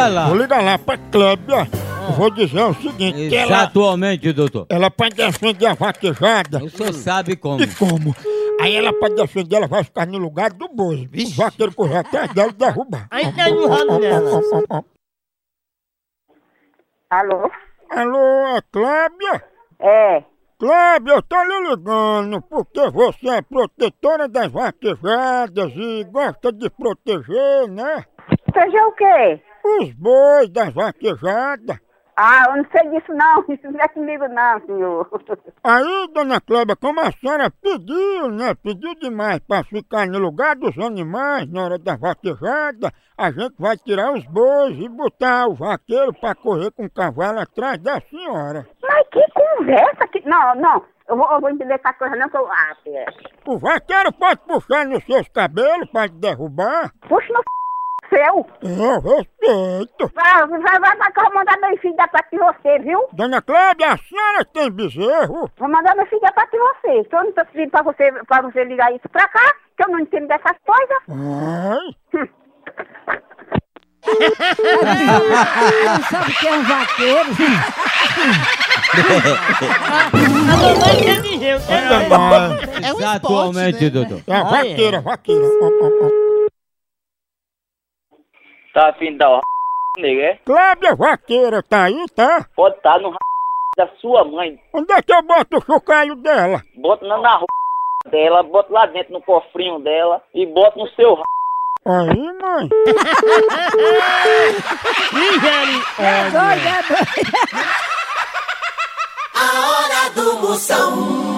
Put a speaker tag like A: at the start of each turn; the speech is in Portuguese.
A: Liga lá.
B: Vou ligar lá pra Clébia. Vou dizer o seguinte, que ela...
A: Atualmente, doutor.
B: Ela pode defender a vaquejada.
A: O senhor sabe como.
B: E como? Aí ela pode defender, ela vai ficar no lugar do boi. O vaqueiro correr atrás dela e derrubar.
C: Aí tá no ralo dela.
D: Alô?
B: Alô, é Clébia?
D: É.
B: Clébia, eu tô lhe ligando porque você é protetora das vaquejadas e gosta de proteger, né?
D: Seja o quê?
B: Os bois das vaquejadas.
D: Ah, eu não sei disso não. Isso não é comigo não, senhor.
B: Aí, dona Clébia, como a senhora pediu, né? Pediu demais pra ficar no lugar dos animais na hora da vaquejada, a gente vai tirar os bois e botar o vaqueiro pra correr com o cavalo atrás da senhora.
D: Mas que conversa que... Não. Eu vou entender essa coisa não que eu... Ah,
B: O vaqueiro pode puxar nos seus cabelos pra te derrubar.
D: puxa no seu.
B: Eu respeito.
D: Vai que eu vou mandar meu filho da parte de você, viu?
B: Dona Clébia, a senhora tem bezerro?
D: Vou mandar meu filho da parte de você. Que eu não tô pedindo pra você ligar isso pra cá, que eu não entendo dessas coisas.
B: Ai.
C: Não sabe o que é um vaqueiro? A mamãe entendeu,
B: Ainda mais.
A: Atualmente, doutor.
B: É a vaqueira.
E: Tá afim de dar o nega, é?
B: Clébia vaqueira, tá aí, tá?
E: Pode estar no da sua mãe.
B: Onde é que eu boto o chocalho dela?
E: Bota na dela, bota lá dentro no cofrinho dela e bota no seu
B: Aí, mãe.
C: É doido.
F: A hora do Moção.